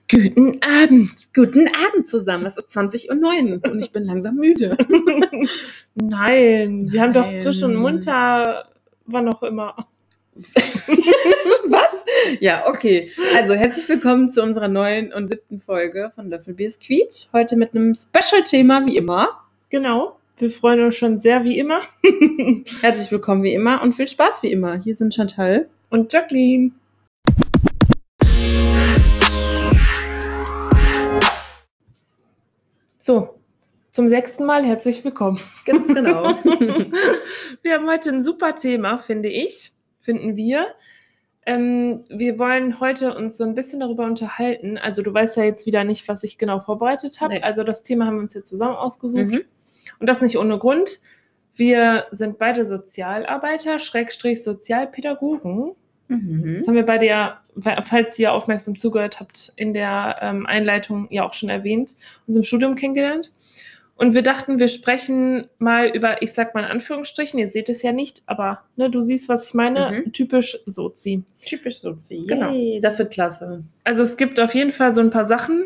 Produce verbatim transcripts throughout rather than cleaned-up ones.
Guten Abend, guten Abend zusammen. Es ist zwanzig Uhr neun und ich bin langsam müde. Nein, wir haben doch Nein. frisch und munter, wann auch immer. Was? Ja, okay. Also herzlich willkommen zu unserer neuen und siebten Folge von Löffelbiskuit. Heute mit einem Special-Thema, wie immer. Genau, wir freuen uns schon sehr, wie immer. Herzlich willkommen, wie immer, und viel Spaß, wie immer. Hier sind Chantal und Jacqueline. So, zum sechsten Mal herzlich willkommen. Ganz genau. Wir haben heute ein super Thema, finde ich, finden wir. Ähm, wir wollen heute uns so ein bisschen darüber unterhalten. Also du weißt ja jetzt wieder nicht, was ich genau vorbereitet habe. Nee. Also das Thema haben wir uns jetzt zusammen ausgesucht. Mhm. Und das nicht ohne Grund. Wir sind beide Sozialarbeiter, Schrägstrich Sozialpädagogen. Mhm. Das haben wir beide ja, falls ihr aufmerksam zugehört habt, in der ähm, Einleitung ja auch schon erwähnt, uns im Studium kennengelernt. Und wir dachten, wir sprechen mal über, ich sag mal in Anführungsstrichen, ihr seht es ja nicht, aber ne, du siehst, was ich meine, Mhm. typisch Sozi. Typisch Sozi. Genau. Yay, das wird klasse. Also es gibt auf jeden Fall so ein paar Sachen.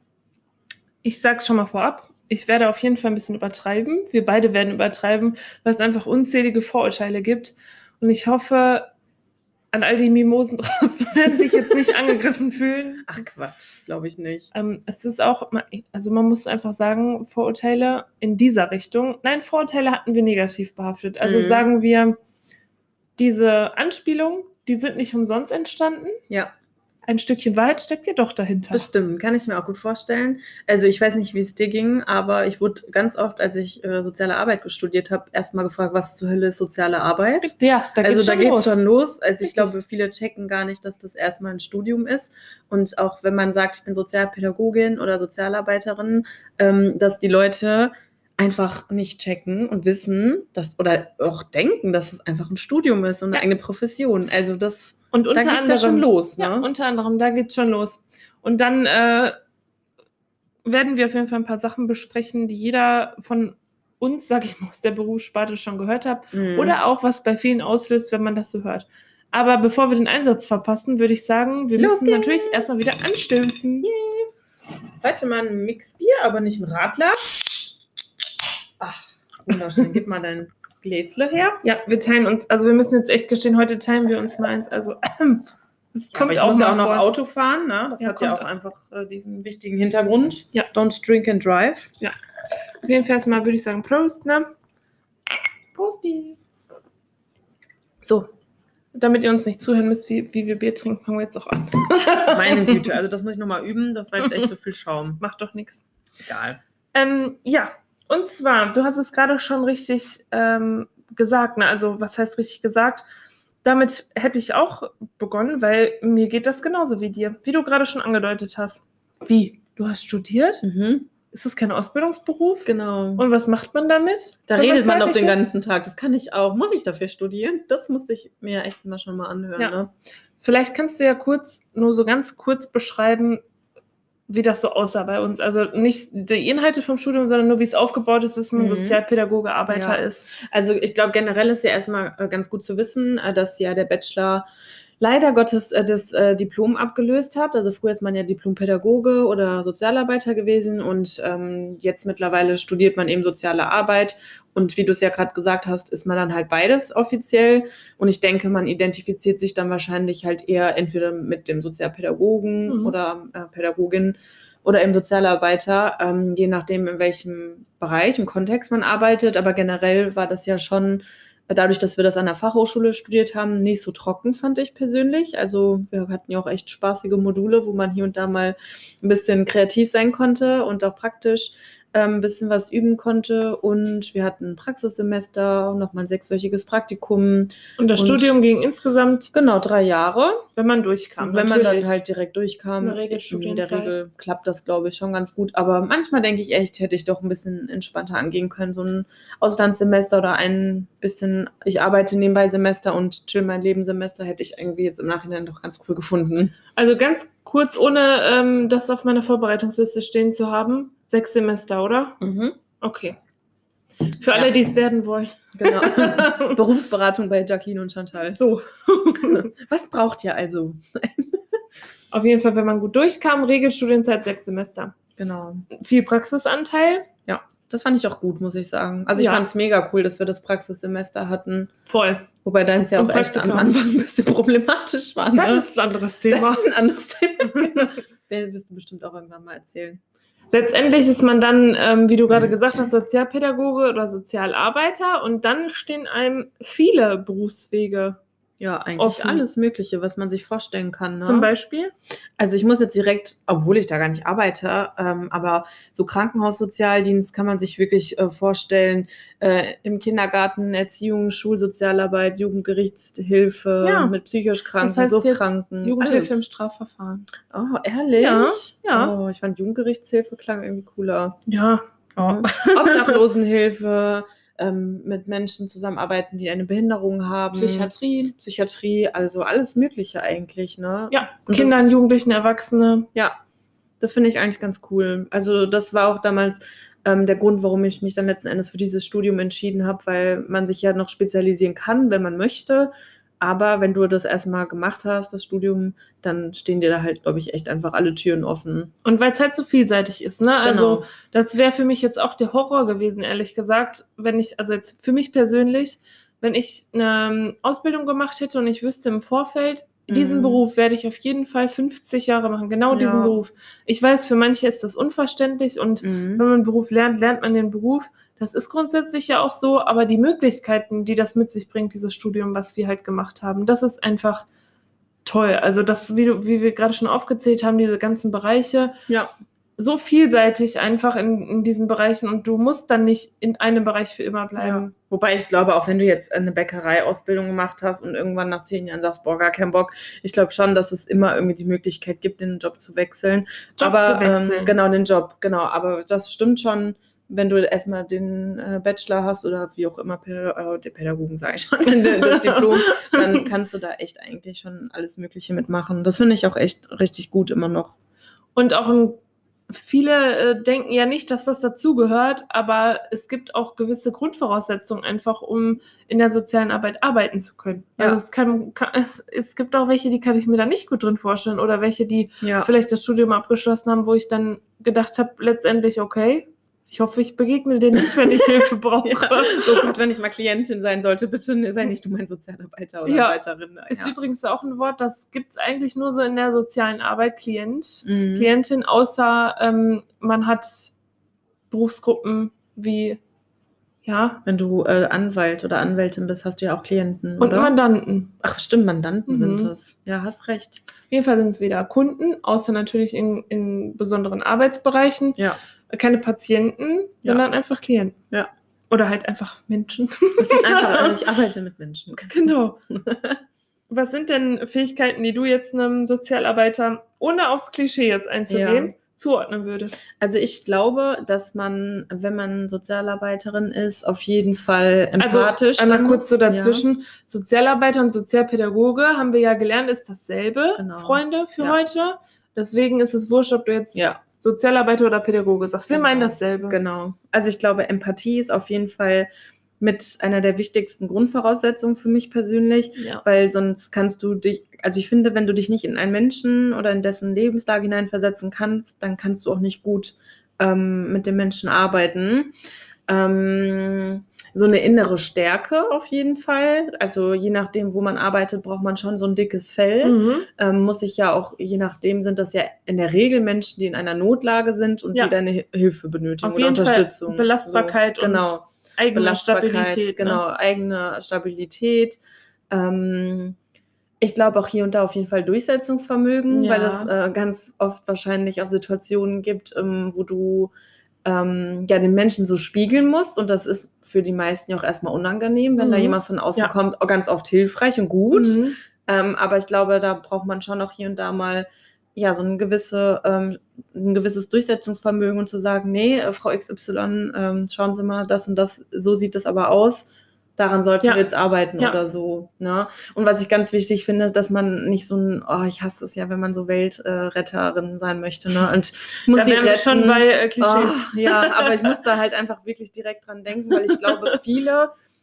Ich sag's schon mal vorab. Ich werde auf jeden Fall ein bisschen übertreiben. Wir beide werden übertreiben, weil es einfach unzählige Vorurteile gibt. Und ich hoffe, an all die Mimosen draußen werden sich jetzt nicht angegriffen fühlen. Ach Quatsch, glaube ich nicht. Ähm, es ist auch, also man muss einfach sagen, Vorurteile in dieser Richtung, nein, Vorurteile hatten wir negativ behaftet. Also Mhm. sagen wir, diese Anspielungen, die sind nicht umsonst entstanden. Ja. Ein Stückchen Wahrheit steckt ja doch dahinter. Bestimmt, kann ich mir auch gut vorstellen. Also ich weiß nicht, wie es dir ging, aber ich wurde ganz oft, als ich äh, soziale Arbeit studiert habe, erstmal gefragt, was zur Hölle ist soziale Arbeit? Ja, da geht's also da schon geht's los. schon los. Also ich Richtig. glaube, viele checken gar nicht, dass das erstmal ein Studium ist. Und auch wenn man sagt, ich bin Sozialpädagogin oder Sozialarbeiterin, ähm, dass die Leute einfach nicht checken und wissen, dass oder auch denken, dass es einfach ein Studium ist und eine Ja. eigene Profession. Also das Und unter da geht's anderem ja schon los, ne? Ja, unter anderem, da geht's schon los. Und dann äh, werden wir auf jeden Fall ein paar Sachen besprechen, die jeder von uns, sag ich mal, aus der Berufssparte schon gehört hat. Mhm. Oder auch, was bei vielen auslöst, wenn man das so hört. Aber bevor wir den Einsatz verpassen, würde ich sagen, wir Los müssen geht's. natürlich erstmal wieder anstößen. Heute mal ein Mixbier, aber nicht ein Radler. Ach, wunderschön. Gib mal dein Gläsle her. Ja, wir teilen uns, also wir müssen jetzt echt gestehen, heute teilen wir uns mal eins. Also, es Ja, kommt aber ich auch muss ja mal auch noch vor. Auto fahren, ne? Das Ja, hat ja kommt auch auch. einfach äh, diesen wichtigen Hintergrund. Ja. Don't drink and drive. Auf jeden Fall erstmal würde ich sagen, Prost, ne? Prosti. So, damit ihr uns nicht zuhören müsst, wie, wie wir Bier trinken, fangen wir jetzt auch an. Meine Güte, also das muss ich nochmal üben. Das war jetzt echt so viel Schaum. Macht doch nichts. Egal. Ähm, ja, und zwar, du hast es gerade schon richtig ähm, gesagt, ne? Also was heißt richtig gesagt? Damit hätte ich auch begonnen, weil mir geht das genauso wie dir, wie du gerade schon angedeutet hast. Wie? Du hast studiert? Mhm. Ist das kein Ausbildungsberuf? Genau. Und was macht man damit? Da wenn redet man doch fertig den ist? ganzen Tag. Das kann ich auch. Muss ich dafür studieren? Das musste ich mir echt mal schon mal anhören. Ja. Ne? Vielleicht kannst du ja kurz, nur so ganz kurz beschreiben, wie das so aussah bei uns. Also nicht die Inhalte vom Studium, sondern nur, wie es aufgebaut ist, bis man Mhm. Sozialpädagoge, Arbeiter Ja. ist. Also ich glaube, generell ist ja erstmal äh, ganz gut zu wissen, äh, dass ja der Bachelor leider Gottes äh, das äh, Diplom abgelöst hat. Also früher ist man ja Diplompädagoge oder Sozialarbeiter gewesen und ähm, jetzt mittlerweile studiert man eben soziale Arbeit. Und wie du es ja gerade gesagt hast, ist man dann halt beides offiziell. Und ich denke, man identifiziert sich dann wahrscheinlich halt eher entweder mit dem Sozialpädagogen Mhm. oder äh, Pädagogin oder eben Sozialarbeiter, ähm, je nachdem, in welchem Bereich, im Kontext man arbeitet. Aber generell war das ja schon, dadurch, dass wir das an der Fachhochschule studiert haben, nicht so trocken, fand ich persönlich. Also wir hatten ja auch echt spaßige Module, wo man hier und da mal ein bisschen kreativ sein konnte und auch praktisch ähm, ein bisschen was üben konnte. Und wir hatten ein Praxissemester, nochmal ein sechswöchiges Praktikum. Und das Und- Studium ging insgesamt, Genau, drei Jahre. wenn man durchkam. Und wenn man natürlich. dann halt direkt durchkam, In der in der Regelstudienzeit. Regel klappt das, glaube ich, schon ganz gut. Aber manchmal denke ich echt, hätte ich doch ein bisschen entspannter angehen können. So ein Auslandssemester oder ein bisschen, ich arbeite nebenbei Semester und chill mein Leben Semester, hätte ich irgendwie jetzt im Nachhinein doch ganz cool gefunden. Also ganz kurz, ohne ähm, das auf meiner Vorbereitungsliste stehen zu haben. Sechs Semester, oder? Mhm. Okay. Für Ja. alle, die es werden wollen. Genau. Berufsberatung bei Jacqueline und Chantal. So. Was braucht ihr also? Auf jeden Fall, wenn man gut durchkam, Regelstudienzeit sechs Semester. Genau. Viel Praxisanteil. Ja, das fand ich auch gut, muss ich sagen. Also ich Ja. fand es mega cool, dass wir das Praxissemester hatten. Voll. Wobei deins ja Und auch echt am Praktika. Anfang ein bisschen problematisch war. Ne? Das ist ein anderes Thema. Das ist ein anderes Thema. Genau. Das wirst du bestimmt auch irgendwann mal erzählen. Letztendlich ist man dann, ähm, wie du gerade gesagt hast, Sozialpädagoge oder Sozialarbeiter und dann stehen einem viele Berufswege. Ja, eigentlich Offen. alles Mögliche, was man sich vorstellen kann. Ne? Zum Beispiel? Also ich muss jetzt direkt, obwohl ich da gar nicht arbeite, ähm, aber so Krankenhaussozialdienst kann man sich wirklich äh, vorstellen, äh, im Kindergarten, Erziehung, Schulsozialarbeit, Jugendgerichtshilfe, Ja. mit psychisch Kranken, Das heißt jetzt Suchtkranken. Jugendhilfe im alles. Strafverfahren. Oh, ehrlich? Ja, ja. Oh, ich fand Jugendgerichtshilfe klang irgendwie cooler. Ja. Ja. Obdachlosenhilfe, ähm, mit Menschen zusammenarbeiten, die eine Behinderung haben. Psychiatrie. Psychiatrie, also alles Mögliche eigentlich, ne? Ja. Und Kinder, das- Jugendlichen, Erwachsene. Ja, das finde ich eigentlich ganz cool. Also das war auch damals ähm, der Grund, warum ich mich dann letzten Endes für dieses Studium entschieden habe, weil man sich ja noch spezialisieren kann, wenn man möchte. Aber wenn du das erstmal gemacht hast, das Studium, dann stehen dir da halt, glaube ich, echt einfach alle Türen offen. Und weil es halt so vielseitig ist, ne? Also Genau. das wäre für mich jetzt auch der Horror gewesen, ehrlich gesagt, wenn ich, also jetzt für mich persönlich, wenn ich eine ähm, Ausbildung gemacht hätte und ich wüsste im Vorfeld, diesen Mhm. Beruf werde ich auf jeden Fall fünfzig Jahre machen, genau Ja. diesen Beruf. Ich weiß, für manche ist das unverständlich und Mhm. wenn man einen Beruf lernt, lernt man den Beruf. Das ist grundsätzlich ja auch so, aber die Möglichkeiten, die das mit sich bringt, dieses Studium, was wir halt gemacht haben, das ist einfach toll. Also das, wie, du, wie wir gerade schon aufgezählt haben, diese ganzen Bereiche, Ja. so vielseitig einfach in, in diesen Bereichen und du musst dann nicht in einem Bereich für immer Ja. bleiben. Wobei ich glaube, auch wenn du jetzt eine Bäckerei-Ausbildung gemacht hast und irgendwann nach zehn Jahren sagst, boah, gar keinen Bock, ich glaube schon, dass es immer irgendwie die Möglichkeit gibt, den Job zu wechseln. Job aber zu wechseln. Ähm, genau, den Job, genau. Aber das stimmt schon, wenn du erstmal den äh, Bachelor hast oder wie auch immer, Päda äh, die Pädagogen sage ich schon, wenn du das Diplom, dann kannst du da echt eigentlich schon alles Mögliche mitmachen. Das finde ich auch echt richtig gut immer noch. Und auch ein, viele äh, denken ja nicht, dass das dazugehört, aber es gibt auch gewisse Grundvoraussetzungen einfach, um in der sozialen Arbeit arbeiten zu können. Ja. Also es, kann, kann, es, es gibt auch welche, die kann ich mir da nicht gut drin vorstellen oder welche, die Ja. vielleicht das Studium abgeschlossen haben, wo ich dann gedacht habe, letztendlich, okay, ich hoffe, ich begegne denen nicht, wenn ich Hilfe brauche. Ja. So Gott, wenn ich mal Klientin sein sollte, bitte sei nicht du mein Sozialarbeiter oder Ja. Arbeiterin. Ist Ja. übrigens auch ein Wort, das gibt es eigentlich nur so in der sozialen Arbeit, Klient, Mhm. Klientin, außer ähm, man hat Berufsgruppen wie, ja, Wenn du äh, Anwalt oder Anwältin bist, hast du ja auch Klienten, und oder? Mandanten. Ach, stimmt, Mandanten Mhm. sind das. Ja, hast recht. Auf jeden Fall sind es weder Kunden, außer natürlich in, in besonderen Arbeitsbereichen, Ja. keine Patienten, Ja. sondern einfach Klienten. Ja. Oder halt einfach Menschen. Das sind einfach, also ich arbeite mit Menschen. Genau. Was sind denn Fähigkeiten, die du jetzt einem Sozialarbeiter, ohne aufs Klischee jetzt einzugehen, Ja. zuordnen würdest? Also ich glaube, dass man, wenn man Sozialarbeiterin ist, auf jeden Fall Also empathisch einmal sein kurz muss. so dazwischen. Sozialarbeiter und Sozialpädagoge, haben wir ja gelernt, ist dasselbe, Genau. Freunde, für Ja. heute. Deswegen ist es wurscht, ob du jetzt Ja, Sozialarbeiter oder Pädagoge sagst. Wir Genau. meinen dasselbe. genau. Also ich glaube, Empathie ist auf jeden Fall mit einer der wichtigsten Grundvoraussetzungen für mich persönlich. Ja. Weil sonst kannst du dich, also ich finde, wenn du dich nicht in einen Menschen oder in dessen Lebenslage hineinversetzen kannst, dann kannst du auch nicht gut ähm, mit dem Menschen arbeiten. Ähm, so eine innere Stärke auf jeden Fall. Also je nachdem, wo man arbeitet, braucht man schon so ein dickes Fell. Mhm. Ähm, muss ich ja auch, je nachdem sind das ja in der Regel Menschen, die in einer Notlage sind und Ja. die deine Hi- Hilfe benötigen Auf oder jeden Fall Unterstützung. Belastbarkeit so, und genau. eigene Belastbarkeit, Stabilität. genau, Ne? eigene Stabilität. Ähm, ich glaube auch hier und da auf jeden Fall Durchsetzungsvermögen, Ja. weil es äh, ganz oft wahrscheinlich auch Situationen gibt, ähm, wo du ähm, ja den Menschen so spiegeln musst und das ist für die meisten ja auch erstmal unangenehm, wenn Mhm. da jemand von außen Ja. kommt, auch ganz oft hilfreich und gut. Mhm. Ähm, aber ich glaube, da braucht man schon auch hier und da mal ja so ein, gewisse, ähm, ein gewisses Durchsetzungsvermögen und zu sagen, nee, äh, Frau X Y, ähm, schauen Sie mal, das und das, so sieht das aber aus. Daran sollten Ja. wir jetzt arbeiten Ja. oder so. Ne? Und was ich ganz wichtig finde, ist, dass man nicht so ein, oh, ich hasse es ja, wenn man so Weltretterin äh, sein möchte. Ne? Und muss Da sie wären wir retten. schon bei äh, Klischees. Oh, ja, aber ich muss da halt einfach wirklich direkt dran denken, weil ich glaube, viele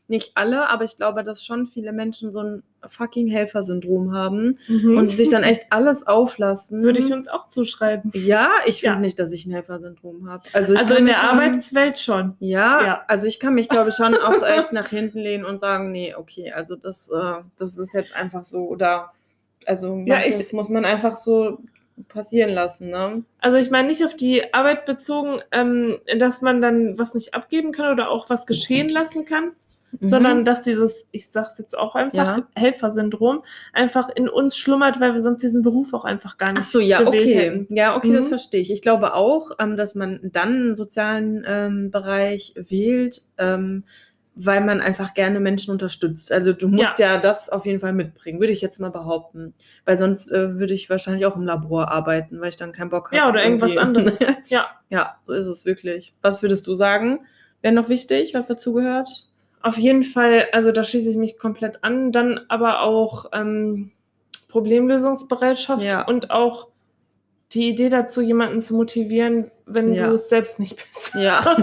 nicht alle, aber ich glaube, dass schon viele Menschen so ein fucking Helfersyndrom haben Mhm. und sich dann echt alles auflassen. Würde ich uns auch zuschreiben. Ja, ich finde Ja. nicht, dass ich ein Helfersyndrom habe. Also, ich Also kann in mich der schon, Arbeitswelt schon. ja, Ja. also ich kann mich, glaube ich, schon auch echt nach hinten lehnen und sagen, nee, okay, also das, äh, das ist jetzt einfach so, oder also Ja, manches ich- muss man einfach so passieren lassen, ne? Also ich meine nicht auf die Arbeit bezogen, ähm, dass man dann was nicht abgeben kann oder auch was geschehen lassen kann, Mhm. sondern dass dieses, ich sag's jetzt auch einfach, Ja. Helfersyndrom einfach in uns schlummert, weil wir sonst diesen Beruf auch einfach gar nicht Ach so, ja, gewählt okay. hätten. Ja, okay, das Mhm. verstehe ich. Ich glaube auch, ähm, dass man dann einen sozialen ähm, Bereich wählt, ähm, weil man einfach gerne Menschen unterstützt. Also du musst ja. das auf jeden Fall mitbringen, würde ich jetzt mal behaupten. Weil sonst äh, würde ich wahrscheinlich auch im Labor arbeiten, weil ich dann keinen Bock habe. Ja, oder irgendwas anderes. Ja. Ja, so ist es wirklich. Was würdest du sagen? Wäre noch wichtig, was dazu gehört? Auf jeden Fall, also da schließe ich mich komplett an. Dann aber auch ähm, Problemlösungsbereitschaft Ja. und auch die Idee dazu, jemanden zu motivieren, wenn Ja. du es selbst nicht bist. Ja.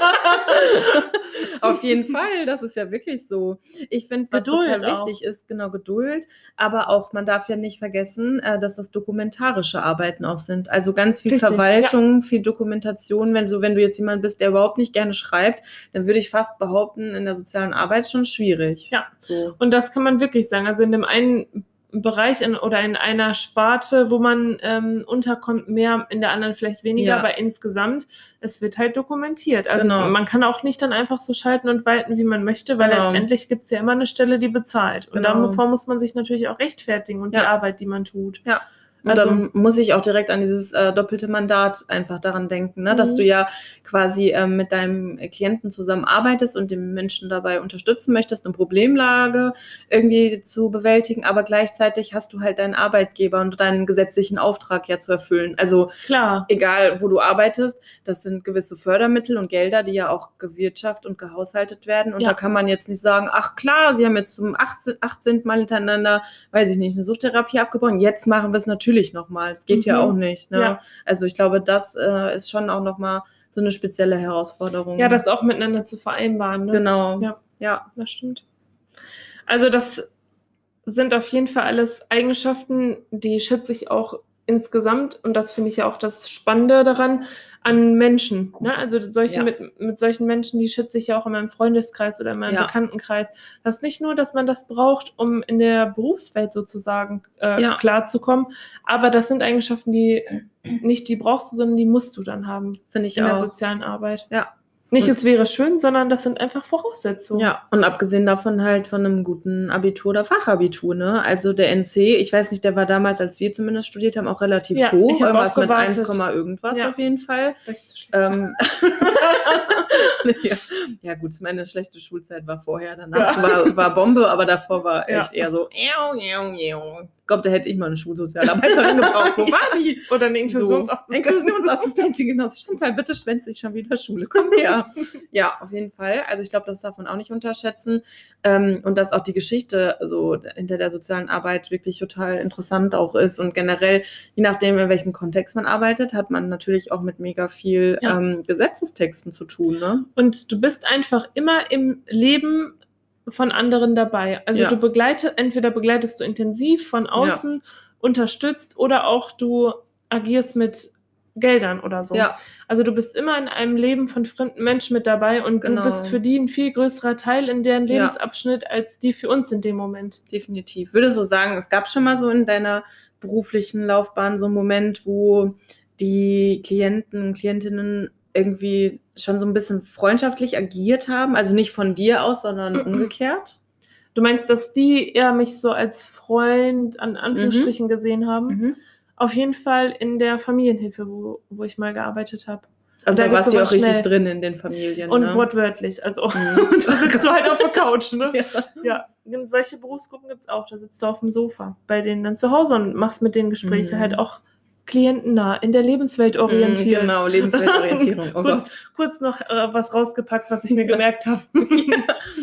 Auf jeden Fall, das ist ja wirklich so. Ich finde, was Geduld total auch. wichtig ist, genau Geduld, aber auch, man darf ja nicht vergessen, äh, dass das dokumentarische Arbeiten auch sind. Also ganz viel Richtig, Verwaltung, viel Dokumentation. Wenn so, wenn du jetzt jemand bist, der überhaupt nicht gerne schreibt, dann würde ich fast behaupten, in der sozialen Arbeit schon schwierig. Ja. So. Und das kann man wirklich sagen. Also in dem einen Bereich in, oder in einer Sparte, wo man ähm, unterkommt, mehr, in der anderen vielleicht weniger, Ja. aber insgesamt, es wird halt dokumentiert. Also Genau. man kann auch nicht dann einfach so schalten und walten, wie man möchte, weil Genau. letztendlich gibt es ja immer eine Stelle, die bezahlt. Und Genau. davor muss man sich natürlich auch rechtfertigen und Ja. die Arbeit, die man tut. Ja. Und Also- dann muss ich auch direkt an dieses äh, doppelte Mandat einfach daran denken, ne? Dass Mhm. du ja quasi ähm, mit deinem Klienten zusammenarbeitest und den Menschen dabei unterstützen möchtest, eine Problemlage irgendwie zu bewältigen, aber gleichzeitig hast du halt deinen Arbeitgeber und deinen gesetzlichen Auftrag ja zu erfüllen. Also Klar. egal, wo du arbeitest, das sind gewisse Fördermittel und Gelder, die ja auch gewirtschaftet und gehaushaltet werden. Und Ja. da kann man jetzt nicht sagen, ach klar, sie haben jetzt zum achtzehnten Mal hintereinander, weiß ich nicht, eine Suchttherapie abgebrochen, jetzt machen wir es natürlich nochmal. Das geht Mhm. ja auch nicht. Ne? Ja. Also ich glaube, das äh, ist schon auch nochmal so eine spezielle Herausforderung. Ja, das auch miteinander zu vereinbaren. Ne? Genau. Ja. Ja. Das stimmt. Also das sind auf jeden Fall alles Eigenschaften, die schätze ich auch insgesamt, und das finde ich ja auch das Spannende daran, an Menschen. Ne? Also solche Ja. mit, mit solchen Menschen, die schätze ich ja auch in meinem Freundeskreis oder in meinem Ja. Bekanntenkreis. Das ist nicht nur, dass man das braucht, um in der Berufswelt sozusagen äh, Ja. klarzukommen, aber das sind Eigenschaften, die nicht die brauchst du, sondern die musst du dann haben Finde ich in der auch. sozialen Arbeit. Ja. Nicht, Und- es wäre schön, sondern das sind einfach Voraussetzungen. Ja, und abgesehen davon halt von einem guten Abitur oder Fachabitur, ne? Also der N C, ich weiß nicht, der war damals, als wir zumindest studiert haben, auch relativ Ja, hoch. ich hab Irgendwas auch mit gewartet. eins Komma irgendwas Ja. auf jeden Fall. Vielleicht ist es schlecht. Ähm, ja. ja gut, meine schlechte Schulzeit war vorher, danach Ja. war, war Bombe, aber davor war Ja. echt eher so, eau, eau, eau. Ich glaube, da hätte ich mal eine Schulsozialarbeiterin gebraucht. Wo war die? Oder eine So, Inklusionsassistentin. Inklusionsassistentin, genau. Chantal, bitte schwänzt sich schon wieder Schule. Komm her. Ja, auf jeden Fall. Also ich glaube, das darf man auch nicht unterschätzen. Ähm, und dass auch die Geschichte so hinter der sozialen Arbeit wirklich total interessant auch ist. Und generell, je nachdem, in welchem Kontext man arbeitet, hat man natürlich auch mit mega viel Ja. ähm, Gesetzestexten zu tun. Ne? Und du bist einfach immer im Leben von anderen dabei. Also Ja. du begleitest, entweder begleitest du intensiv von außen, unterstützt, oder auch du agierst mit Geldern oder so. Ja, Also du bist immer in einem Leben von fremden Menschen mit dabei und Genau. du bist für die ein viel größerer Teil in deren Ja. Lebensabschnitt als die für uns in dem Moment. definitiv. Würde so sagen, es gab schon mal so in deiner beruflichen Laufbahn so einen Moment, wo die Klienten und Klientinnen irgendwie schon so ein bisschen freundschaftlich agiert haben? Also nicht von dir aus, sondern umgekehrt? Du meinst, dass die eher mich so als Freund an Anführungsstrichen gesehen haben? Mhm. Auf jeden Fall in der Familienhilfe, wo, wo ich mal gearbeitet habe. Also Da da warst geht's du aber auch richtig schnell. drin in den Familien. Und ne? wortwörtlich. Also Mhm. da sitzt du halt auf der Couch, ne? Ja. Ja, und solche Berufsgruppen gibt es auch. Da sitzt du auf dem Sofa bei denen dann zu Hause und machst mit denen Gespräche Mhm. halt auch klientennah, in der Lebenswelt orientiert. Genau, Lebensweltorientierung. Oh kurz, Gott. kurz noch äh, was rausgepackt, was ich mir gemerkt habe.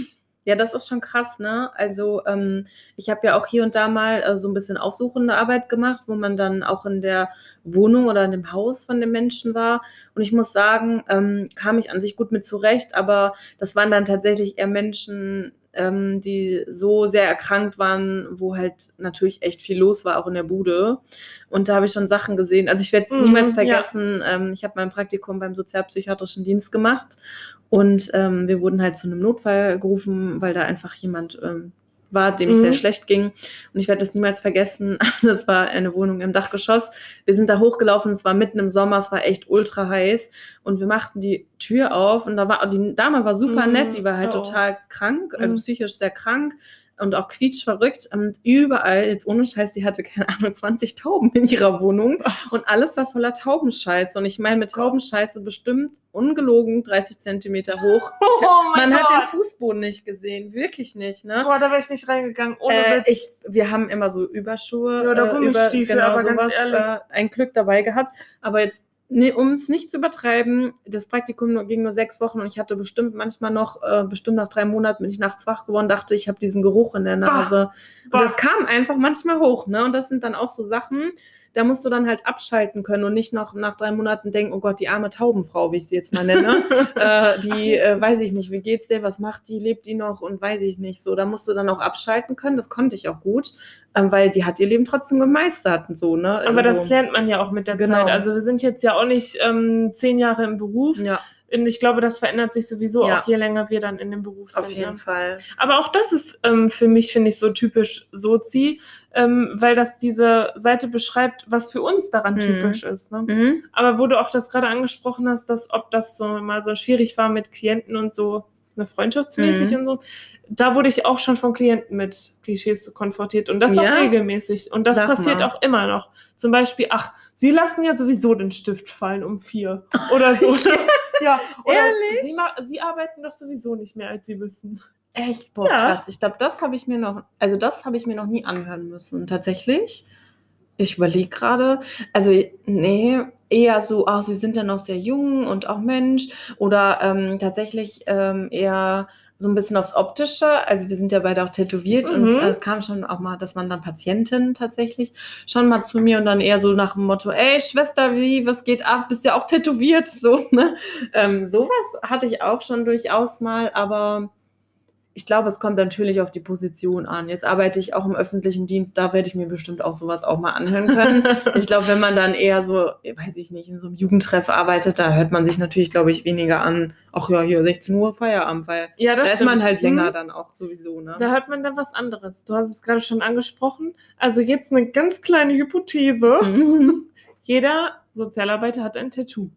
Ja, das ist schon krass, ne? Also ähm, ich habe ja auch hier und da mal äh, so ein bisschen aufsuchende Arbeit gemacht, wo man dann auch in der Wohnung oder in dem Haus von den Menschen war. Und ich muss sagen, ähm, kam ich an sich gut mit zurecht, aber das waren dann tatsächlich eher Menschen, ähm, die so sehr erkrankt waren, wo halt natürlich echt viel los war, auch in der Bude. Und da habe ich schon Sachen gesehen. Also ich werde es Mhm, niemals ja. vergessen. Ähm, ich habe mein Praktikum beim sozialpsychiatrischen Dienst gemacht und ähm, wir wurden halt zu einem Notfall gerufen, weil da einfach jemand ähm, war, dem es sehr Mhm. schlecht ging. Und ich werde das niemals vergessen. Das war eine Wohnung im Dachgeschoss. Wir sind da hochgelaufen, es war mitten im Sommer, es war echt ultra heiß. Und wir machten die Tür auf und da war die Dame war super Mhm. nett, die war halt Oh. total krank, also Mhm. psychisch sehr krank und auch quietschverrückt. Und überall, jetzt ohne Scheiß, die hatte, keine Ahnung, zwanzig Tauben in ihrer Wohnung und alles war voller Taubenscheiße. Und ich meine mit Taubenscheiße bestimmt ungelogen dreißig Zentimeter hoch. Oh mein Man hat den Gott. Fußboden nicht gesehen, wirklich nicht, ne? Boah, da wäre ich nicht reingegangen. Ohne Äh, Witz. ich, wir haben immer so Überschuhe, Ja, oder äh, über, Gummistiefel, genau aber ganz sowas, ehrlich. äh, ein Glück dabei gehabt. Aber jetzt, nee, um es nicht zu übertreiben, das Praktikum nur, ging nur sechs Wochen und ich hatte bestimmt manchmal noch, äh, bestimmt nach drei Monaten bin ich nachts wach geworden, dachte, ich habe diesen Geruch in der Nase. Bah. Und das kam einfach manchmal hoch, ne? Und das sind dann auch so Sachen, da musst du dann halt abschalten können und nicht noch nach drei Monaten denken, oh Gott, die arme Taubenfrau, wie ich sie jetzt mal nenne, äh, die, äh, weiß ich nicht, wie geht's der, was macht die, lebt die noch und weiß ich nicht so. Da musst du dann auch abschalten können, das konnte ich auch gut, ähm, weil die hat ihr Leben trotzdem gemeistert und so, ne? Aber also, das lernt man ja auch mit der Genau. Zeit. Also wir sind jetzt ja auch nicht ähm, zehn Jahre im Beruf. Ja, Und ich glaube, das verändert sich sowieso Ja. auch, je länger wir dann in dem Beruf sind. auf jeden ne? Fall. Aber auch das ist ähm, für mich, finde ich, so typisch Sozi, ähm, weil das diese Seite beschreibt, was für uns daran Mhm. typisch ist. Ne? Mhm. Aber wo du auch das gerade angesprochen hast, dass ob das so mal so schwierig war mit Klienten und so, ne, freundschaftsmäßig Mhm. und so, da wurde ich auch schon von Klienten mit Klischees konfrontiert und das Ja? auch regelmäßig. Und das Sag passiert mal. auch immer noch. Zum Beispiel, ach, sie lassen ja sowieso den Stift fallen um vier oder so. Ja, oder Ehrlich? Sie, ma- sie arbeiten doch sowieso nicht mehr, als sie müssen. Echt? Boah, Ja. krass. Ich glaube, das habe ich mir noch, also das habe ich mir noch nie anhören müssen. Tatsächlich. Ich überlege gerade, also nee, eher so, ach, sie sind ja noch sehr jung und auch Mensch oder ähm, tatsächlich ähm, eher so ein bisschen aufs Optische. Also wir sind ja beide auch tätowiert Mhm. und äh, es kam schon auch mal, dass man dann Patientin tatsächlich schon mal zu mir und dann eher so nach dem Motto, ey Schwester, wie, was geht ab? Bist ja auch tätowiert, so, ne? Ähm, sowas hatte ich auch schon durchaus mal, aber ich glaube, es kommt natürlich auf die Position an. Jetzt arbeite ich auch im öffentlichen Dienst, da werde ich mir bestimmt auch sowas auch mal anhören können. Ich glaube, wenn man dann eher so, weiß ich nicht, in so einem Jugendtreff arbeitet, da hört man sich natürlich, glaube ich, weniger an, ach ja, hier sechzehn Uhr Feierabend, weil Ja, da das ist man stimmt. halt länger Mhm. dann auch sowieso, ne? Da hört man dann was anderes. Du hast es gerade schon angesprochen. Also jetzt eine ganz kleine Hypothese. Mhm. Jeder Sozialarbeiter hat ein Tattoo.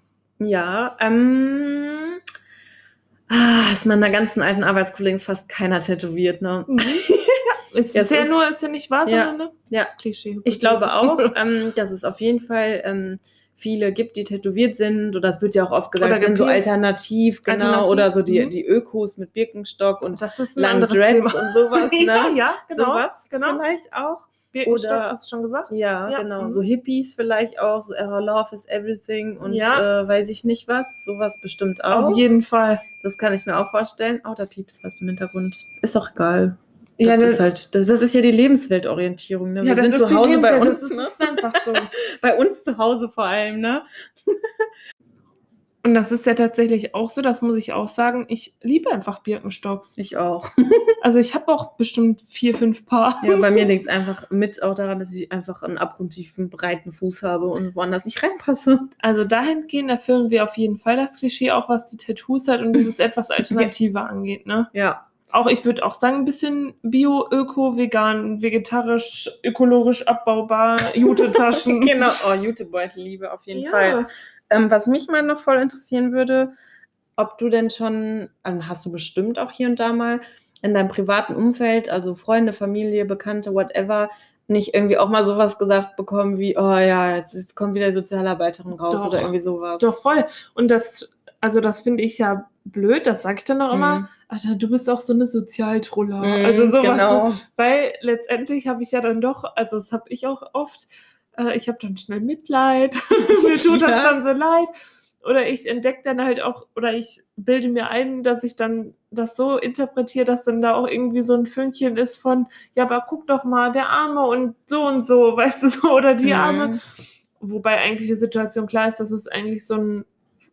Ja, ähm, ah, ist meiner ganzen alten Arbeitskollegen ist fast keiner tätowiert, ne? Ist Jetzt ja ist- nur, ist ja nicht wahr, Ja. sondern eine Ja, Klischee. ich glaube auch, ähm, dass es auf jeden Fall ähm, viele gibt, die tätowiert sind. Oder es wird ja auch oft gesagt, Oder sind so gepierst. alternativ, genau. Alternativ, Oder so die, mhm. die Ökos mit Birkenstock und Das ist ein langen anderes Dreads Thema. und sowas, ne? ja, ja, genau. Sowas genau. vielleicht auch. Birkenstock, Oder- hast du schon gesagt? Ja, Ja, genau. mhm. So Hippies vielleicht auch, so Our Love is Everything und Ja. äh, weiß ich nicht was. Sowas bestimmt auch. Auf jeden Fall. Das kann ich mir auch vorstellen. Oh, da piepst was im Hintergrund. Ist doch egal. Ja, das, das, ist halt, das, das ist ja die Lebensweltorientierung. Ne? ja, Wir das sind ist zu die Hause bei Lebenswelt, uns. Das ist, Ne? ist einfach so. Bei uns zu Hause vor allem, ne? Und das ist ja tatsächlich auch so, das muss ich auch sagen. Ich liebe einfach Birkenstocks. Ich auch. Also ich habe auch bestimmt vier, fünf Paar. Ja, bei mir liegt es einfach mit auch daran, dass ich einfach einen abgrundtiefen, breiten Fuß habe und woanders nicht reinpasse. Also dahingehend erfüllen wir auf jeden Fall das Klischee, auch was die Tattoos hat und dieses etwas Alternative angeht. Ne? Ja. Auch, ich würde auch sagen, ein bisschen Bio, Öko, Vegan, vegetarisch, ökologisch abbaubar, Jute-Taschen. Genau. Oh, Jutebeutel liebe auf jeden Ja. Fall. Ähm, was mich mal noch voll interessieren würde, ob du denn schon, ähm, hast du bestimmt auch hier und da mal in deinem privaten Umfeld, also Freunde, Familie, Bekannte, whatever, nicht irgendwie auch mal sowas gesagt bekommen wie, oh ja, jetzt, jetzt kommt wieder die Sozialarbeiterin raus Doch. oder irgendwie sowas. Doch, voll. Und das, also das finde ich ja blöd, das sage ich dann auch immer. Mhm. Alter, du bist auch so eine Sozialtruller. Mhm, also sowas. genau. Ne? Weil letztendlich habe ich ja dann doch, also das habe ich auch oft, äh, ich habe dann schnell Mitleid. Mir tut Ja. das dann so leid. oder ich entdecke dann halt auch, oder ich bilde mir ein, dass ich dann das so interpretiere, dass dann da auch irgendwie so ein Fünkchen ist von, ja, aber guck doch mal, der Arme und so und so, weißt du, so, oder die Arme. Mhm. Wobei eigentlich die Situation klar ist, dass es eigentlich so ein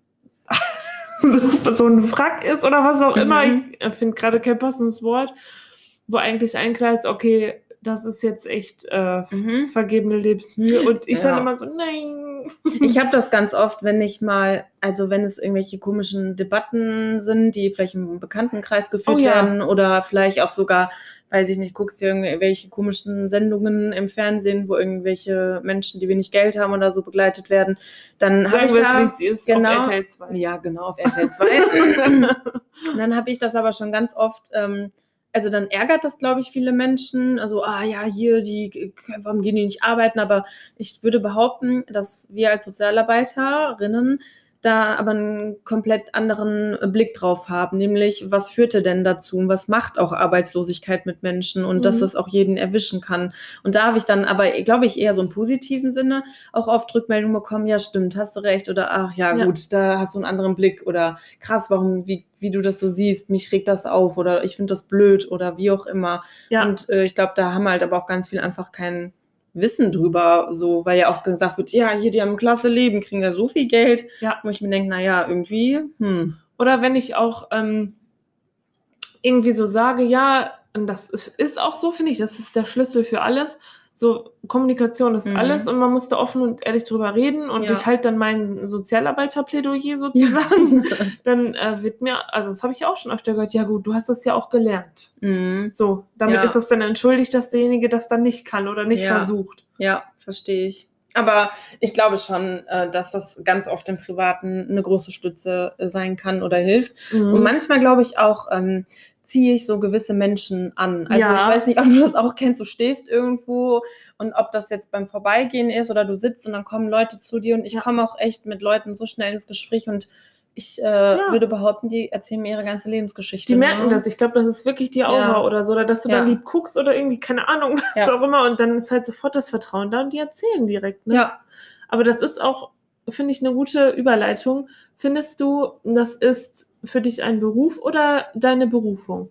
so, so ein Wrack ist oder was auch immer. Mhm. Ich finde gerade kein passendes Wort, wo eigentlich ein klar ist, okay, das ist jetzt echt äh, Mhm. vergebene Lebensmühe. Und ich Ja. dann immer so, nein. Ich habe das ganz oft, wenn ich mal, also wenn es irgendwelche komischen Debatten sind, die vielleicht im Bekanntenkreis geführt Oh ja. werden oder vielleicht auch sogar, weiß ich nicht, guckst du irgendwelche komischen Sendungen im Fernsehen, wo irgendwelche Menschen, die wenig Geld haben oder so begleitet werden, dann habe Sagen ich wir es, da, wie es ist, genau, auf R T L zwei. ja, genau, auf R T L zwei. Und dann habe ich das aber schon ganz oft, ähm, also dann ärgert das, glaube ich, viele Menschen. Also, ah ja, hier, die, warum gehen die nicht arbeiten? Aber ich würde behaupten, dass wir als Sozialarbeiterinnen da aber einen komplett anderen Blick drauf haben, nämlich was führte denn dazu und was macht auch Arbeitslosigkeit mit Menschen und Mhm. dass das auch jeden erwischen kann. Und da habe ich dann aber, glaube ich, eher so im positiven Sinne auch oft Rückmeldungen bekommen, ja stimmt, hast du recht oder ach ja, Ja. gut, da hast du einen anderen Blick oder krass, warum, wie, wie du das so siehst, mich regt das auf oder ich finde das blöd oder wie auch immer. Ja. Und äh, ich glaube, da haben halt aber auch ganz viel einfach kein Wissen drüber, so, weil ja auch gesagt wird, ja, hier, die haben ein klasse Leben, kriegen ja so viel Geld, Ja. wo ich mir denke, naja, irgendwie, hm. Oder wenn ich auch ähm, irgendwie so sage, ja, und das ist, ist auch so, finde ich, das ist der Schlüssel für alles. So, Kommunikation ist Mhm. alles und man muss da offen und ehrlich drüber reden und Ja. ich halte dann mein Sozialarbeiterplädoyer sozusagen. Dann äh, wird mir, also das habe ich auch schon öfter gehört, ja gut, du hast das ja auch gelernt. Mhm. So, damit Ja. ist das dann entschuldigt, dass derjenige das dann nicht kann oder nicht Ja. versucht. Ja, verstehe ich. Aber ich glaube schon, äh, dass das ganz oft im Privaten eine große Stütze äh, sein kann oder hilft. Mhm. Und manchmal glaube ich auch, ähm, ziehe ich so gewisse Menschen an. Also Ja. ich weiß nicht, ob du das auch kennst, du stehst irgendwo und ob das jetzt beim Vorbeigehen ist oder du sitzt und dann kommen Leute zu dir und ich Ja. komme auch echt mit Leuten so schnell ins Gespräch und ich äh, Ja. würde behaupten, die erzählen mir ihre ganze Lebensgeschichte. Die merken ne? das. Ich glaube, das ist wirklich die Aura Ja. oder so. Oder dass du dann Ja. lieb guckst oder irgendwie, keine Ahnung, was Ja. auch immer. Und dann ist halt sofort das Vertrauen da und die erzählen direkt. Ne? Ja. Aber das ist auch, finde ich, eine gute Überleitung. Findest du, das ist für dich ein Beruf oder deine Berufung?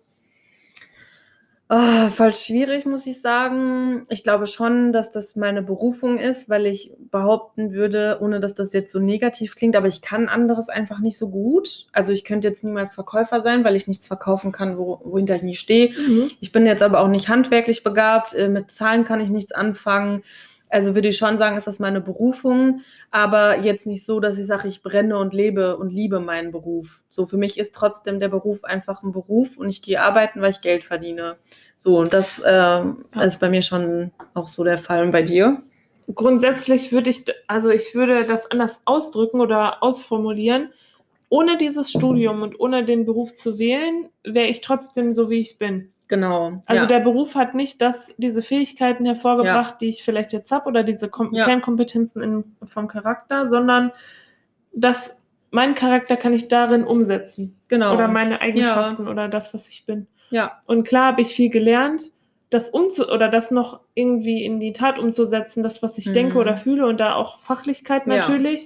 Oh, voll schwierig, muss ich sagen. Ich glaube schon, dass das meine Berufung ist, weil ich behaupten würde, ohne dass das jetzt so negativ klingt, aber ich kann anderes einfach nicht so gut. Also ich könnte jetzt niemals Verkäufer sein, weil ich nichts verkaufen kann, wo, wohinter ich nie stehe. Mhm. Ich bin jetzt aber auch nicht handwerklich begabt. Äh, Mit Zahlen kann ich nichts anfangen. Also würde ich schon sagen, ist das meine Berufung, aber jetzt nicht so, dass ich sage, ich brenne und lebe und liebe meinen Beruf. So, für mich ist trotzdem der Beruf einfach ein Beruf und ich gehe arbeiten, weil ich Geld verdiene. So, und das äh, Ja. ist bei mir schon auch so der Fall. Und bei dir? Grundsätzlich würde ich, also ich würde das anders ausdrücken oder ausformulieren. Ohne dieses Studium und ohne den Beruf zu wählen, wäre ich trotzdem so, wie ich bin. Genau. Also ja. der Beruf hat nicht das, diese Fähigkeiten hervorgebracht, die ich vielleicht jetzt habe oder diese Kom- Ja. Kernkompetenzen in, vom Charakter, sondern das, meinen Charakter kann ich darin umsetzen. Genau. Oder meine Eigenschaften oder das, was ich bin. Ja. Und klar habe ich viel gelernt, das umzu oder das noch irgendwie in die Tat umzusetzen, das, was ich Mhm. denke oder fühle und da auch Fachlichkeit Ja. natürlich.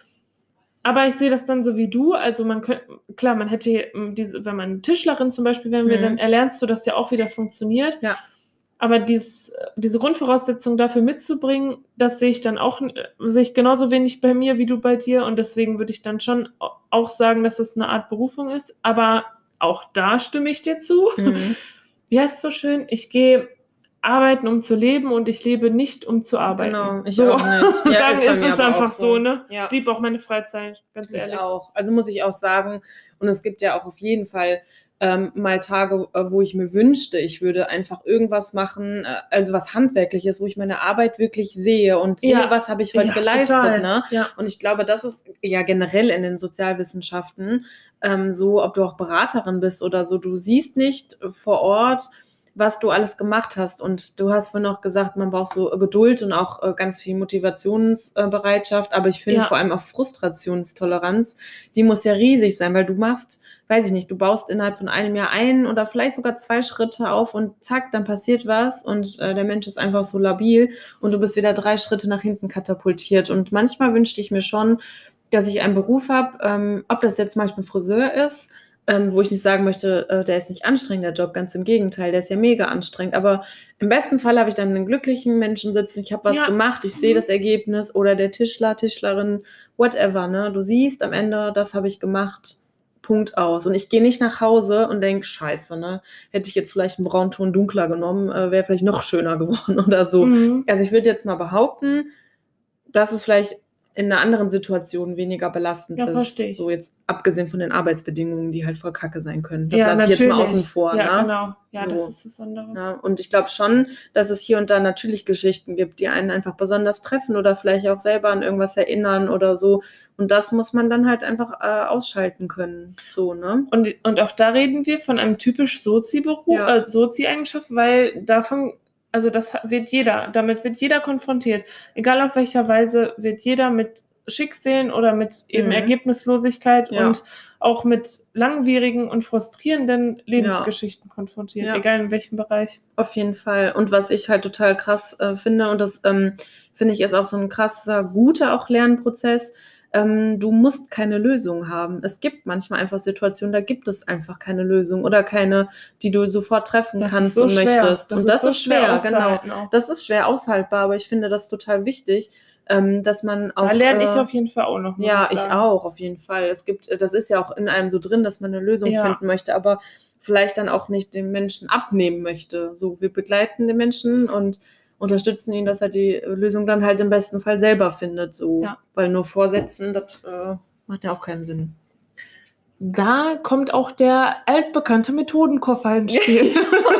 Aber ich sehe das dann so wie du, also man könnte, klar, man hätte, ähm, diese, wenn man Tischlerin zum Beispiel wären wir, Mhm. dann erlernst du das ja auch, wie das funktioniert. Ja. Aber dies, diese Grundvoraussetzung dafür mitzubringen, das sehe ich dann auch, äh, sehe ich genauso wenig bei mir wie du bei dir und deswegen würde ich dann schon auch sagen, dass es eine Art Berufung ist, aber auch da stimme ich dir zu. Mhm. Wie heißt es so schön? Ich gehe arbeiten, um zu leben und ich lebe nicht, um zu arbeiten. Genau, ich so auch nicht. Ja, sagen, ist bei ist mir es aber einfach auch so, so. ne? Ja. Ich liebe auch meine Freizeit, ganz Ich ehrlich. auch. Also muss ich auch sagen, und es gibt ja auch auf jeden Fall ähm, mal Tage, äh, wo ich mir wünschte, ich würde einfach irgendwas machen, äh, also was Handwerkliches, wo ich meine Arbeit wirklich sehe und sehe, Ja. was habe ich heute Ja, geleistet. total. Ne? Ja. Und ich glaube, das ist ja generell in den Sozialwissenschaften ähm, so, ob du auch Beraterin bist oder so, du siehst nicht vor Ort, was du alles gemacht hast. Und du hast vorhin auch gesagt, man braucht so Geduld und auch äh, ganz viel Motivationsbereitschaft. Aber ich finde Ja. vor allem auch Frustrationstoleranz, die muss ja riesig sein, weil du machst, weiß ich nicht, du baust innerhalb von einem Jahr ein oder vielleicht sogar zwei Schritte auf und zack, dann passiert was und äh, der Mensch ist einfach so labil und du bist wieder drei Schritte nach hinten katapultiert. Und manchmal wünschte ich mir schon, dass ich einen Beruf habe, ähm, ob das jetzt zum Beispiel Friseur ist, ähm, wo ich nicht sagen möchte, äh, der ist nicht anstrengend, der Job, ganz im Gegenteil, der ist ja mega anstrengend, aber im besten Fall habe ich dann einen glücklichen Menschen sitzen, ich habe was Ja. gemacht, ich sehe Mhm. das Ergebnis oder der Tischler, Tischlerin, whatever, ne? Du siehst am Ende, das habe ich gemacht, Punkt aus. Und ich gehe nicht nach Hause und denke, scheiße, ne? Hätte ich jetzt vielleicht einen Braunton dunkler genommen, äh, wäre vielleicht noch schöner geworden oder so. Mhm. Also ich würde jetzt mal behaupten, dass es vielleicht in einer anderen Situation weniger belastend Ja, ist. verstehe ich. So jetzt abgesehen von den Arbeitsbedingungen, die halt voll kacke sein können. Das Ja, lasse ich jetzt mal außen natürlich. vor. Ja, ne? genau. Ja, So. das ist was anderes. Ja, und ich glaube schon, dass es hier und da natürlich Geschichten gibt, die einen einfach besonders treffen oder vielleicht auch selber an irgendwas erinnern oder so. Und das muss man dann halt einfach äh, ausschalten können. So, ne? Und, und auch da reden wir von einem typisch Sozi-Beruf, Ja. äh, Sozi-Eigenschaft, weil davon, also das wird jeder, damit wird jeder konfrontiert. Egal auf welcher Weise wird jeder mit Schicksalen oder mit eben Mhm. Ergebnislosigkeit Ja. und auch mit langwierigen und frustrierenden Lebensgeschichten konfrontiert, Ja. egal in welchem Bereich. Auf jeden Fall. Und was ich halt total krass äh, finde, und das ähm, finde ich ist auch so ein krasser, guter auch Lernprozess, ähm, du musst keine Lösung haben. Es gibt manchmal einfach Situationen, da gibt es einfach keine Lösung oder keine, die du sofort treffen Das kannst ist so und schwer. möchtest. Das und ist das so ist schwer schwer, genau. auszuhalten auch. Das ist schwer aushaltbar, aber ich finde das total wichtig, ähm, dass man auch. Da lerne ich äh, auf jeden Fall auch noch. Muss Ja, ich, ich sagen. auch, auf jeden Fall. Es gibt, das ist ja auch in einem so drin, dass man eine Lösung Ja. finden möchte, aber vielleicht dann auch nicht dem Menschen abnehmen möchte. So, wir begleiten den Menschen und unterstützen ihn, dass er die Lösung dann halt im besten Fall selber findet. So, Ja. weil nur vorsetzen, das äh, macht ja auch keinen Sinn. Da kommt auch der altbekannte Methodenkoffer ins Spiel.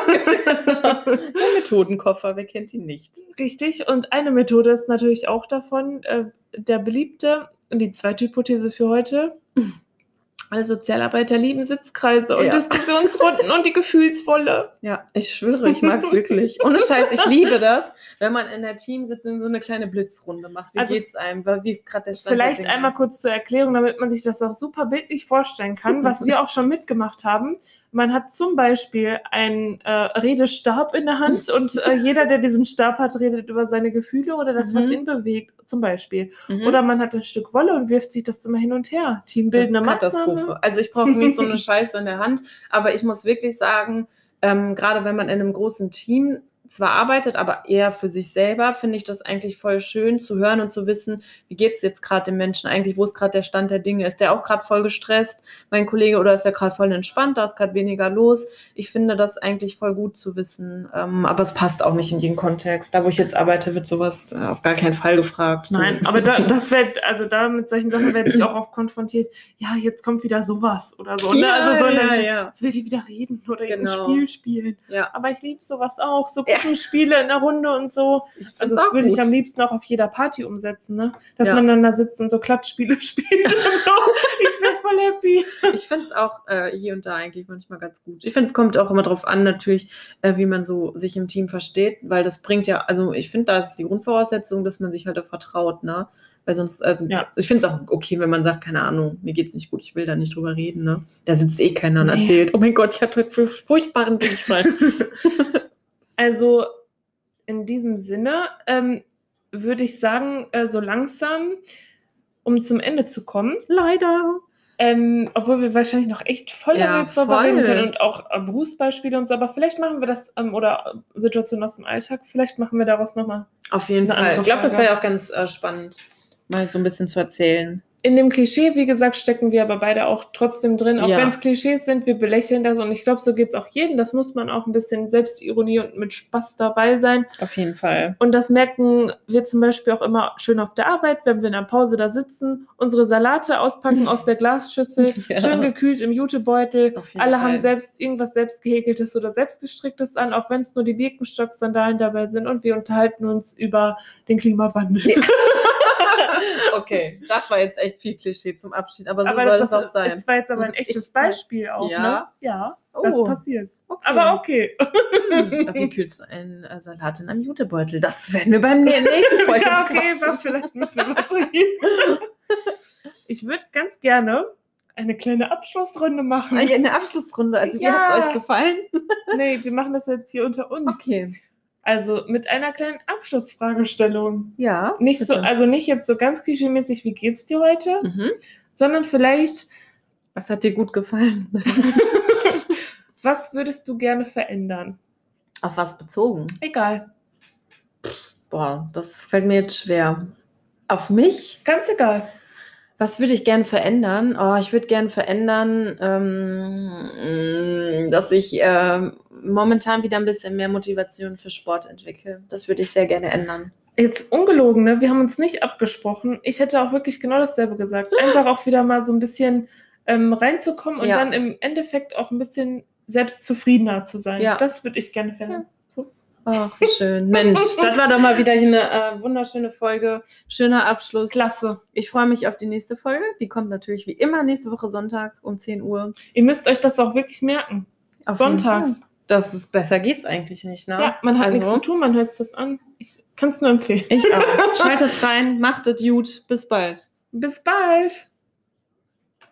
Der Methodenkoffer, wer kennt ihn nicht? Richtig, und eine Methode ist natürlich auch davon, äh, der beliebte, und die zweite Hypothese für heute, alle Sozialarbeiter lieben Sitzkreise und Ja. Diskussionsrunden und die gefühlsvolle. Ja, ich schwöre, ich mag es wirklich. Ohne Scheiß, ich liebe das, wenn man in der Teamsitzung so eine kleine Blitzrunde macht. Wie Also geht's einem? Wie ist gerade der Stand Vielleicht der Dinge? einmal kurz zur Erklärung, damit man sich das auch super bildlich vorstellen kann, was wir auch schon mitgemacht haben. Man hat zum Beispiel einen äh, Redestab in der Hand und äh, jeder, der diesen Stab hat, redet über seine Gefühle oder das, Mhm. was ihn bewegt, zum Beispiel. Mhm. Oder man hat ein Stück Wolle und wirft sich das immer hin und her. Das ist Teambildende eine Katastrophe. Maßnahme. Also ich brauche nicht so eine Scheiße in der Hand, aber ich muss wirklich sagen, ähm, gerade wenn man in einem großen Team zwar arbeitet, aber eher für sich selber, finde ich das eigentlich voll schön zu hören und zu wissen, wie geht es jetzt gerade dem Menschen eigentlich, wo ist gerade der Stand der Dinge, ist der auch gerade voll gestresst, mein Kollege, oder ist der gerade voll entspannt, da ist gerade weniger los. Ich finde das eigentlich voll gut zu wissen, ähm, aber es passt auch nicht in jeden Kontext. Da, wo ich jetzt arbeite, wird sowas äh, auf gar keinen Fall gefragt. So. Nein, aber da, das wird, also da mit solchen Sachen werde ich auch oft konfrontiert. Ja, jetzt kommt wieder sowas oder so. Ne? Ja, Also so ja, eine, ja. jetzt will die wieder reden oder Genau. ein Spiel spielen. Ja. Aber ich liebe sowas auch, so Ja. Gruppenspiele in der Runde und so. Ich find's Also das auch würde ich gut. am liebsten auch auf jeder Party umsetzen, ne? Dass Ja. man dann da sitzt und so Klatschspiele spielt und so. Ich bin voll happy. Ich finde es auch äh, hier und da eigentlich manchmal ganz gut. Ich finde, es kommt auch immer drauf an, natürlich, äh, wie man so sich im Team versteht, weil das bringt ja, also ich finde, da ist die Grundvoraussetzung, dass man sich halt auch vertraut, ne? Weil sonst, also Ja. ich finde es auch okay, wenn man sagt, keine Ahnung, mir geht's nicht gut, ich will da nicht drüber reden, ne? Da sitzt eh keiner und Nee. erzählt, oh mein Gott, ich hatte heute für furchtbaren Durchfall. Also in diesem Sinne ähm, würde ich sagen, äh, so langsam, um zum Ende zu kommen, Leider. Ähm, obwohl wir wahrscheinlich noch echt voll Ja, lange jetzt darüber voll. reden können und auch äh, Berufsbeispiele und so, aber vielleicht machen wir das, ähm, oder äh, Situationen aus dem Alltag, vielleicht machen wir daraus nochmal. Auf jeden Eine Fall. andere Ich glaube, das Frage. wäre ja auch ganz äh, spannend, mal so ein bisschen zu erzählen. In dem Klischee, wie gesagt, stecken wir aber beide auch trotzdem drin, auch Ja. wenn es Klischees sind, wir belächeln das und ich glaube, so geht es auch jedem, das muss man auch ein bisschen Selbstironie und mit Spaß dabei sein. Auf jeden Fall. Und das merken wir zum Beispiel auch immer schön auf der Arbeit, wenn wir in der Pause da sitzen, unsere Salate auspacken aus der Glasschüssel, Ja. schön gekühlt im Jutebeutel. Auf jeden Alle Fall. haben selbst irgendwas selbst gehäkeltes oder selbstgestricktes an, auch wenn es nur die Birkenstock-Sandalen dabei sind. Und wir unterhalten uns über den Klimawandel. Ja. Okay, das war jetzt echt viel Klischee zum Abschied, aber so aber soll das, es auch ist, sein. das war jetzt aber ein Ich echtes weiß. Beispiel auch, Ja? ne? Ja, Oh. das passiert. Okay. Aber okay. Hm, wie kühlst du einen äh, Salat in einem Jutebeutel? Das werden wir beim nä- nächsten Folge Ja, okay, quatschen. war vielleicht ein bisschen übertrieben. Ich würde ganz gerne eine kleine Abschlussrunde machen. Eine Abschlussrunde. Also, wie Ja. hat es euch gefallen? Nee, wir machen das jetzt hier unter uns. Okay. Also mit einer kleinen Abschlussfragestellung. Ja. Nicht so, bitte. also nicht jetzt so ganz klischeemäßig, wie geht's dir heute, Mhm. sondern vielleicht, Was hat dir gut gefallen? was würdest du gerne verändern? Auf was bezogen? Egal. Boah, das fällt mir jetzt schwer. Auf mich? Ganz egal. Was würde ich gern verändern? Oh, ich würde gern verändern, ähm, dass ich ähm, momentan wieder ein bisschen mehr Motivation für Sport entwickle. Das würde ich sehr gerne ändern. Jetzt ungelogen, ne? Wir haben uns nicht abgesprochen. Ich hätte auch wirklich genau dasselbe gesagt. Einfach auch wieder mal so ein bisschen ähm, reinzukommen und Ja. dann im Endeffekt auch ein bisschen selbstzufriedener zu sein. Ja. Das würde ich gerne verändern. So. Ach, wie schön. Mensch, das war doch mal wieder hier eine äh, wunderschöne Folge. Schöner Abschluss. Klasse. Ich freue mich auf die nächste Folge. Die kommt natürlich wie immer nächste Woche Sonntag um zehn Uhr. Ihr müsst euch das auch wirklich merken. Auf jeden Sonntags. Fall. Das ist besser geht's eigentlich nicht, ne? Ja, man hat Also, nichts zu tun, man hört sich das an. Ich kann es nur empfehlen. Ich auch. Schaltet rein, macht es gut. Bis bald. Bis bald.